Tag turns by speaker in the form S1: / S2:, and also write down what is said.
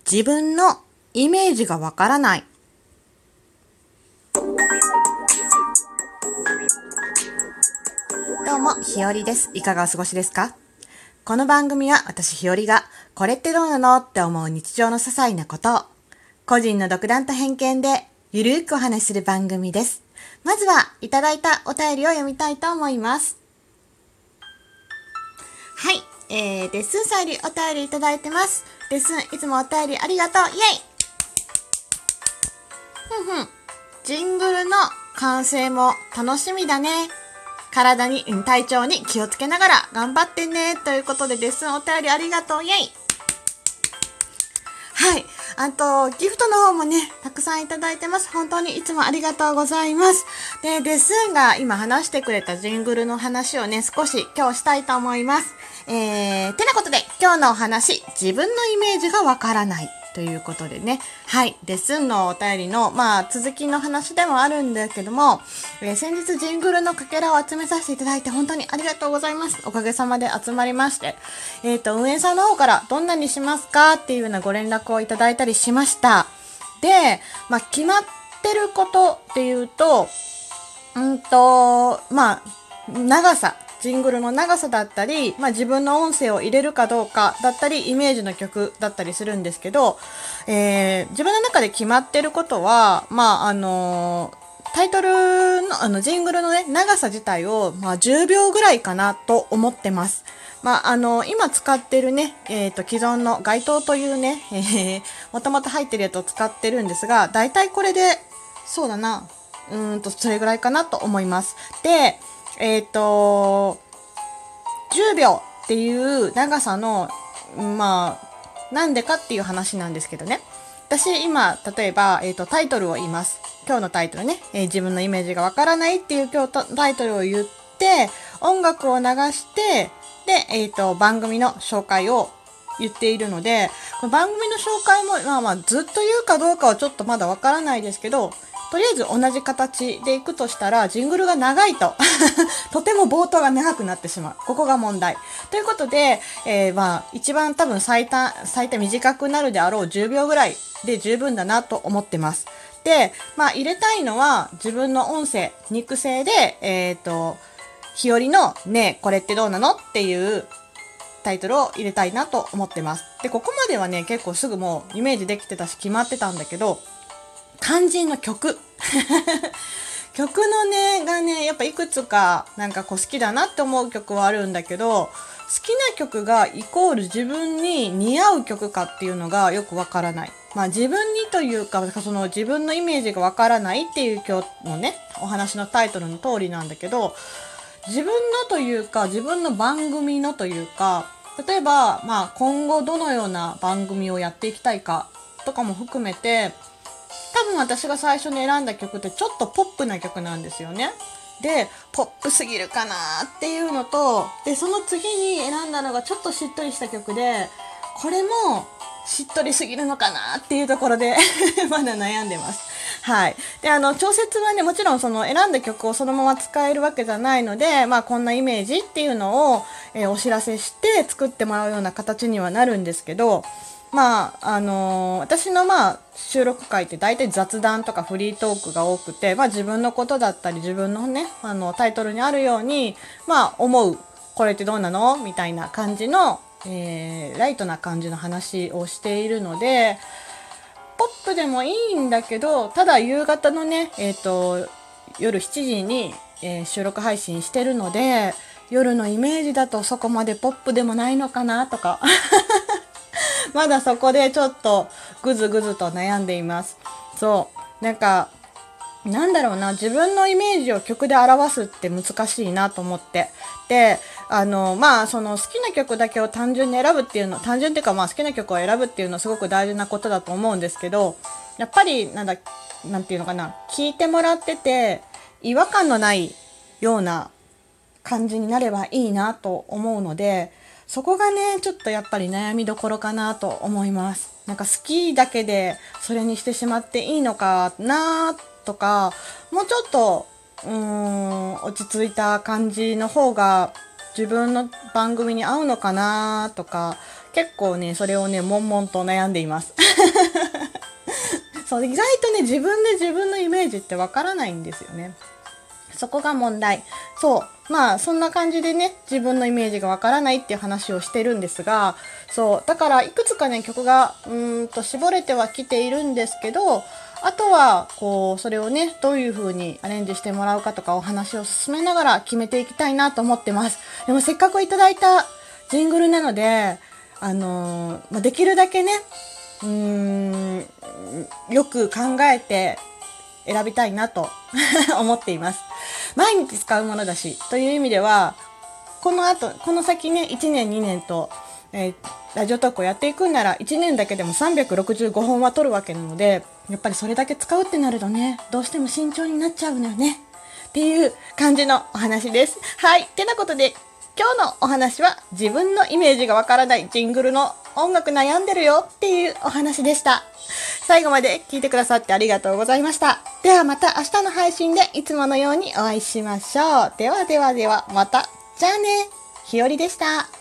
S1: 自分のイメージがわからない。どうも、ひよりです。いかがお過ごしですか？この番組は私ひよりが、これってどうなのって思う日常の些細なことを、個人の独断と偏見でゆるーくお話しする番組です。まずはいただいたお便りを読みたいと思います。はい、レッスンさんよりお便りいただいてます。レッスンいつもお便りありがとう。イエイ。ジングルの完成も楽しみだね。体調に気をつけながら頑張ってね。ということでレッスンお便りありがとう。イエイ。はい。あと、ギフトの方もね、たくさんいただいてます。本当にいつもありがとうございます。で、レッスンが今話してくれたジングルの話をね、少し今日したいと思います。てなことで、今日のお話、自分のイメージがわからない。ということでね。はい。レッスンのお便りの、続きの話でもあるんだけども、先日ジングルのかけらを集めさせていただいて本当にありがとうございます。おかげさまで集まりまして。運営さんの方からどんなにしますかっていうようなご連絡をいただいたりしました。で、決まってることっていうと、長さ。ジングルの長さだったり、自分の音声を入れるかどうかだったり、イメージの曲だったりするんですけど、自分の中で決まってることは、タイトルの、ジングルのね、長さ自体を、10秒ぐらいかなと思ってます。今使ってるね、既存の街灯というね、もともと入ってるやつを使ってるんですが、だいたいこれで、そうだな、それぐらいかなと思います。で、10秒っていう長さの、なんでかっていう話なんですけどね。私今、例えば、タイトルを言います。今日のタイトルね、自分のイメージがわからないっていう今日タイトルを言って、音楽を流して、で、番組の紹介を言っているので、この番組の紹介も、ずっと言うかどうかはちょっとまだわからないですけど、とりあえず同じ形でいくとしたら、ジングルが長いと、とても冒頭が長くなってしまう。ここが問題。ということで、一番多分最短短くなるであろう10秒ぐらいで十分だなと思ってます。で、入れたいのは自分の音声、肉声で、日和のねえ、これってどうなのっていうタイトルを入れたいなと思ってます。で、ここまではね、結構すぐもうイメージできてたし決まってたんだけど、肝心の曲曲のねがねやっぱいくつか好きだなって思う曲はあるんだけど、好きな曲がイコール自分に似合う曲かっていうのがよくわからない。自分にというか、その自分のイメージがわからないっていう今日のねお話のタイトルの通りなんだけど、自分のというか自分の番組のというか、例えば今後どのような番組をやっていきたいかとかも含めて、多分私が最初に選んだ曲ってちょっとポップな曲なんですよね。で、ポップすぎるかなっていうのと、で、その次に選んだのがちょっとしっとりした曲で、これもしっとりすぎるのかなっていうところでまだ悩んでます。はい。で、調節はね、もちろんその選んだ曲をそのまま使えるわけじゃないので、こんなイメージっていうのを、お知らせして作ってもらうような形にはなるんですけど、私の収録回って大体雑談とかフリートークが多くて、自分のことだったり自分のね、タイトルにあるように、思う、これってどうなのみたいな感じの、ライトな感じの話をしているので、ポップでもいいんだけど、ただ夕方のね、夜7時に、収録配信してるので、夜のイメージだとそこまでポップでもないのかなとかまだそこでちょっとぐずぐずと悩んでいます。そう。なんだろうな、自分のイメージを曲で表すって難しいなと思って。で、その好きな曲だけを単純に選ぶっていうの、単純っていうか好きな曲を選ぶっていうのはすごく大事なことだと思うんですけど、やっぱりなんていうのかな、聞いてもらってて違和感のないような感じになればいいなと思うので、そこがねちょっとやっぱり悩みどころかなと思います。好きだけでそれにしてしまっていいのかなとか、もうちょっと落ち着いた感じの方が自分の番組に合うのかなとか、 結構ね、それをね、悶々と悩んでいます。そう、意外とね、自分で自分のイメージってわからないんですよね。そこが問題。そう。まあ、そんな感じでね、自分のイメージがわからないっていう話をしてるんですが、そう。だから、いくつかね、曲が、絞れてはきているんですけど、あとは、こう、それをね、どういう風にアレンジしてもらうかとかお話を進めながら決めていきたいなと思ってます。でも、せっかくいただいたジングルなので、できるだけね、よく考えて選びたいなと思っています。毎日使うものだし、という意味では、この先ね、1年2年と、ラジオトークをやっていくんなら、1年だけでも365本は取るわけなので、やっぱりそれだけ使うってなるとね、どうしても慎重になっちゃうのよね。っていう感じのお話です。はい。てなことで、今日のお話は自分のイメージがわからないジングルの音楽悩んでるよっていうお話でした。最後まで聞いてくださってありがとうございました。ではまた明日の配信でいつものようにお会いしましょう。ではではではまた。じゃあね。ひよりでした。